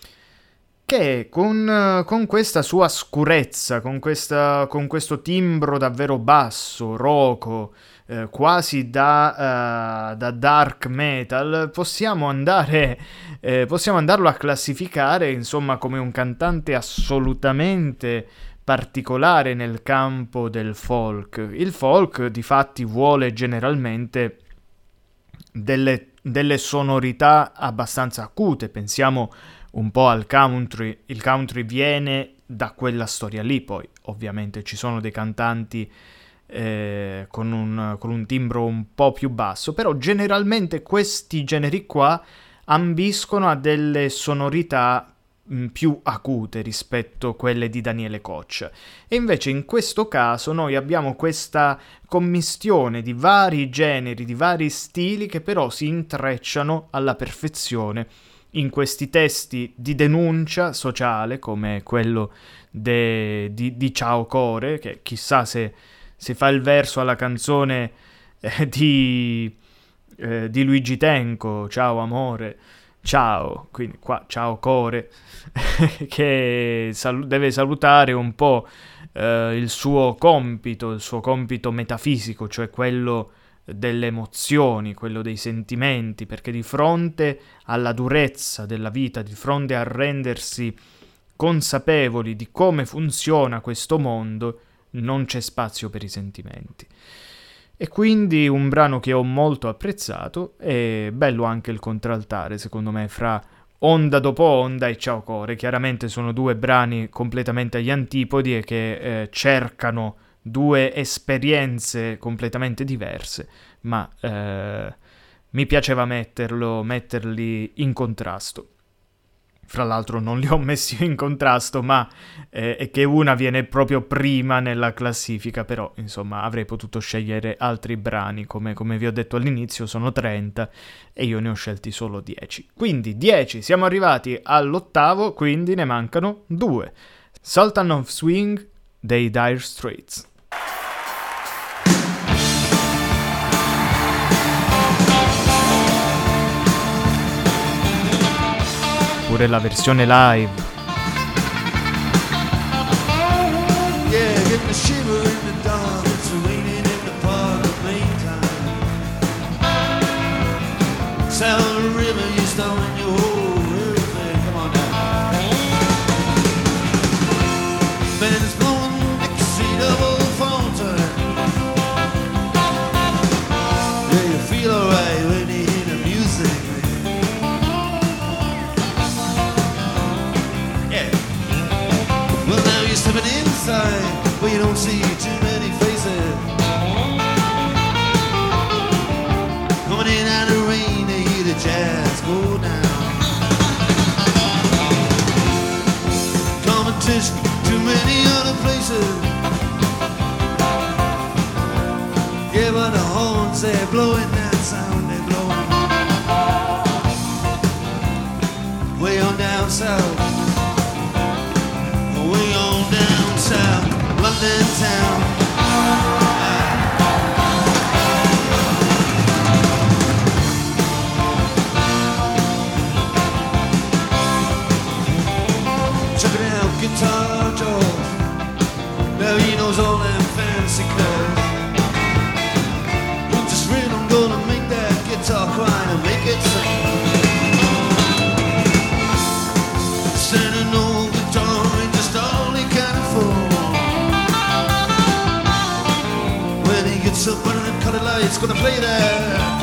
che con, con questa sua scurezza, con, questa, con questo timbro davvero basso, roco, eh, quasi da, uh, da dark metal, possiamo andare, eh, possiamo andarlo a classificare, insomma, come un cantante assolutamente particolare nel campo del folk. Il folk, difatti, vuole generalmente delle, delle sonorità abbastanza acute. Pensiamo un po' al country. Il country viene da quella storia lì, poi ovviamente ci sono dei cantanti eh, con, un, con un timbro un po' più basso, però generalmente questi generi qua ambiscono a delle sonorità mh, più acute rispetto a quelle di Daniele Coccia. E invece in questo caso noi abbiamo questa commistione di vari generi, di vari stili che però si intrecciano alla perfezione in questi testi di denuncia sociale, come quello de, di, di Ciao Core, che chissà se, se fa il verso alla canzone eh, di, eh, di Luigi Tenco, Ciao amore, ciao, quindi qua Ciao Core, che sal- deve salutare un po' eh, il suo compito, il suo compito metafisico, cioè quello delle emozioni, quello dei sentimenti, perché di fronte alla durezza della vita, di fronte a rendersi consapevoli di come funziona questo mondo, non c'è spazio per i sentimenti. E quindi un brano che ho molto apprezzato, e bello anche il contraltare, secondo me, fra Onda dopo Onda e Ciao Core. Chiaramente sono due brani completamente agli antipodi e che eh, cercano due esperienze completamente diverse, ma eh, mi piaceva metterlo, metterli in contrasto. Fra l'altro non li ho messi in contrasto, ma eh, è che una viene proprio prima nella classifica, però insomma avrei potuto scegliere altri brani, come, come vi ho detto all'inizio sono trenta e io ne ho scelti solo dieci. Quindi dieci, siamo arrivati all'ottavo, quindi ne mancano due. Sultan of Swing dei Dire Straits. Pure la versione live. Yeah, get the shiver in the dark. It's raining in the park at Maytime. Sound of the river, you start when you hold everything. Come on now. Band's blowing Dixie double fountain. Yeah, you feel alright when you hear the music. Well, now you're stepping inside, but you don't see too many faces. Coming in out of the rain, they hear the jazz go down. Competition, too many other places. Yeah, but the horns, they're blowing that sound, they're blowing. Way on down south. Way on down south, London town. Check it out, Guitar George. Now he knows all them fancy chords. With this rhythm gonna make that guitar cry and make it sing. Sending old guitar in just all he can afford. When he gets up under them colored lights, gonna play that.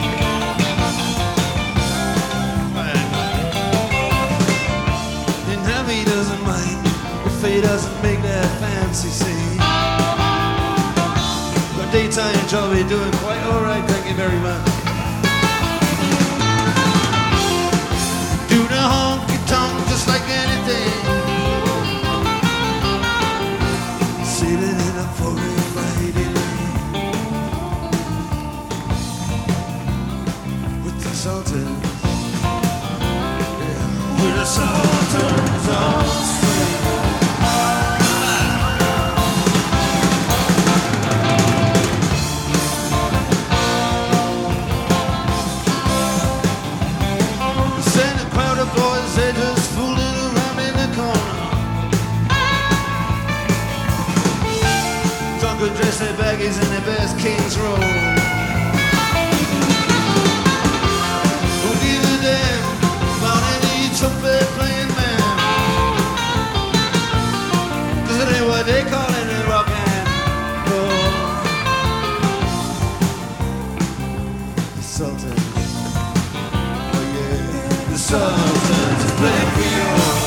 And now he doesn't mind if he doesn't make that fancy scene. But daytime job he's doing quite alright, thank you very much. Do the honky tonk just like anything. Sailing in a foreign Friday night with the Sultans. Yeah, with the Sultans on swing. Send a crowd of boys, they just fooling around in the corner. Drunken dress their baggies and their best King's Roll. Don't give a damn about any trumpet playing man, 'cause it ain't what they call it in rock and roll. The Sultans. The Sultans play Creole.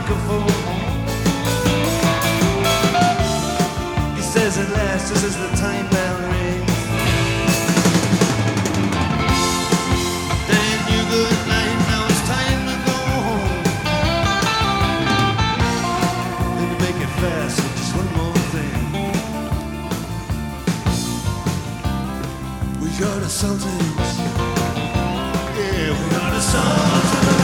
make a fool. He says at last, just as the time bell rings, Dan, you good night, now it's time to go home. And to make it fast, just one more thing. We got a Sultans, yeah, we got a Sultans.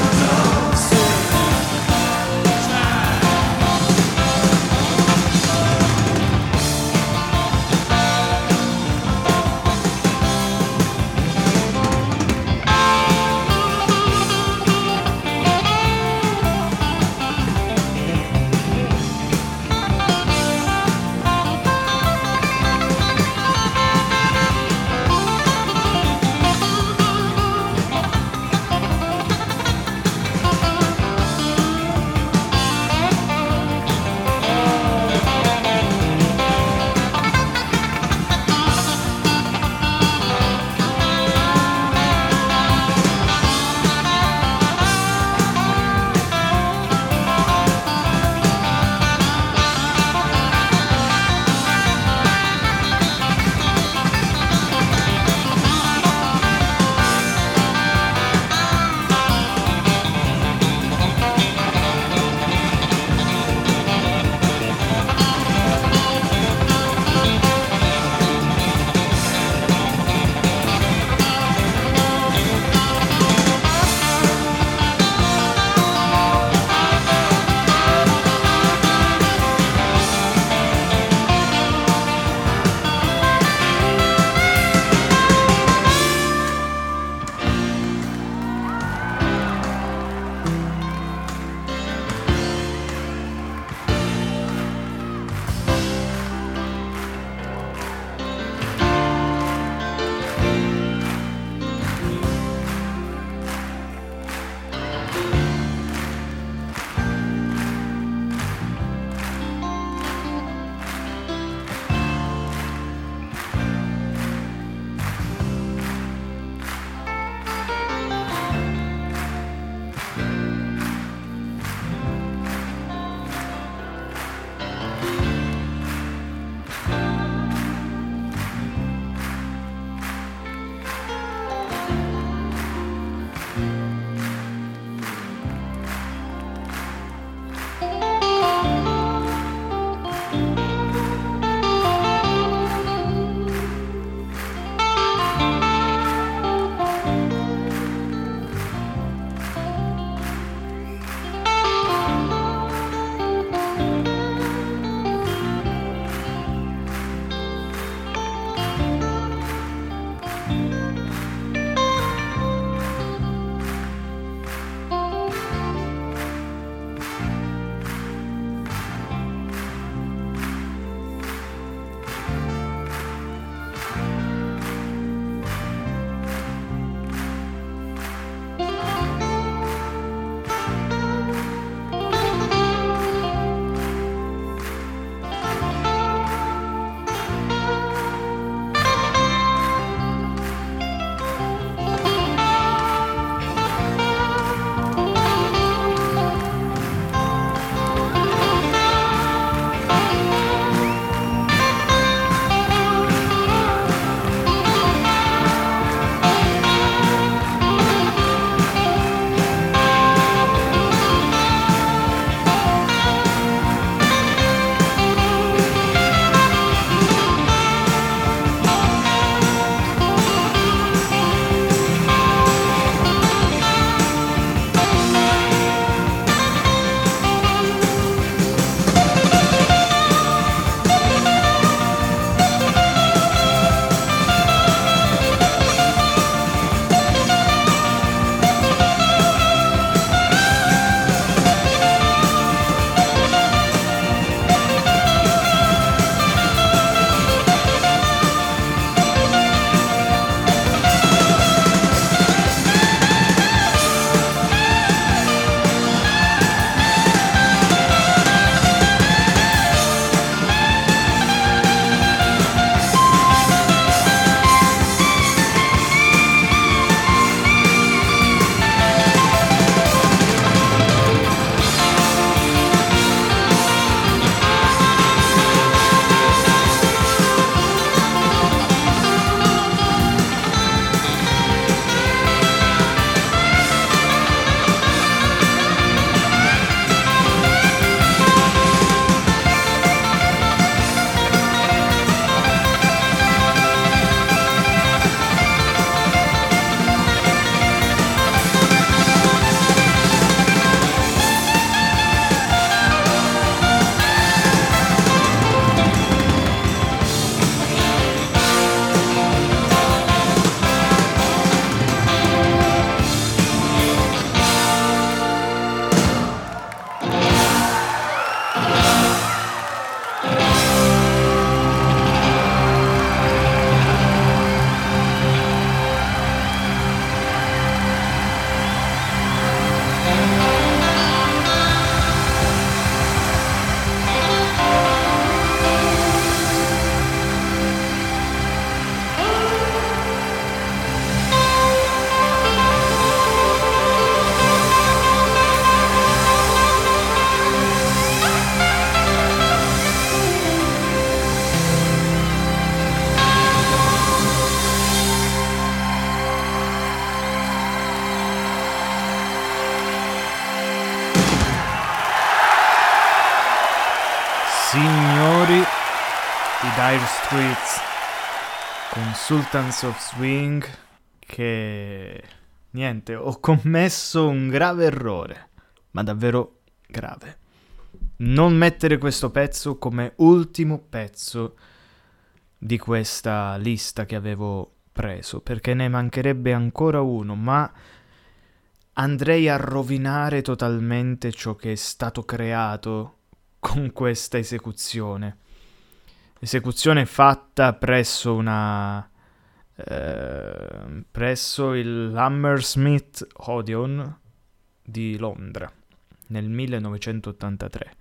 Signori, i Dire Straits con Sultans of Swing, che niente, ho commesso un grave errore, ma davvero grave. Non mettere questo pezzo come ultimo pezzo di questa lista che avevo preso, perché ne mancherebbe ancora uno, ma andrei a rovinare totalmente ciò che è stato creato con questa esecuzione. Esecuzione fatta presso una eh, presso il Hammersmith Odeon di Londra nel millenovecentottantatré.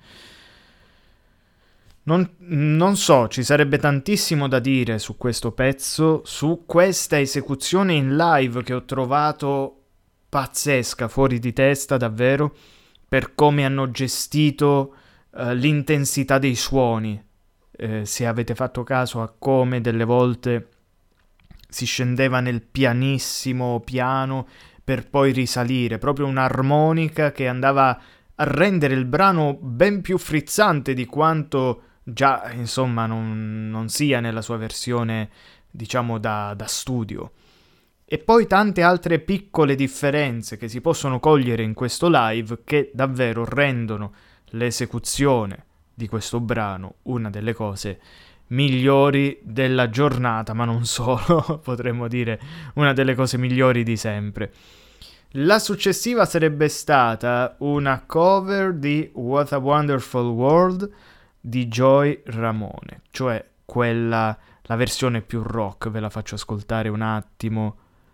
Non, non so, ci sarebbe tantissimo da dire su questo pezzo, su questa esecuzione in live che ho trovato pazzesca, fuori di testa davvero, per come hanno gestito uh, l'intensità dei suoni. Eh, se avete fatto caso a come delle volte si scendeva nel pianissimo piano per poi risalire, proprio un'armonica che andava a rendere il brano ben più frizzante di quanto già, insomma, non, non sia nella sua versione, diciamo, da, da studio. E poi tante altre piccole differenze che si possono cogliere in questo live che davvero rendono l'esecuzione di questo brano una delle cose migliori della giornata, ma non solo, potremmo dire una delle cose migliori di sempre. La successiva sarebbe stata una cover di What a Wonderful World di Joy Ramone, cioè quella, la versione più rock. Ve la faccio ascoltare un attimo.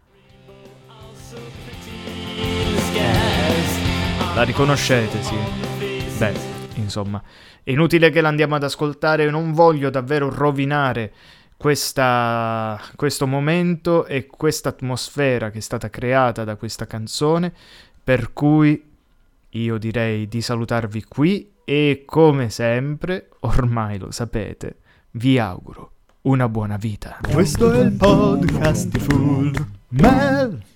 La riconoscete, sì? Beh, insomma, è inutile che l'andiamo ad ascoltare, non voglio davvero rovinare questa, questo momento e questa atmosfera che è stata creata da questa canzone, per cui io direi di salutarvi qui e, come sempre, ormai lo sapete, vi auguro una buona vita. Questo è il podcast di Full Mel.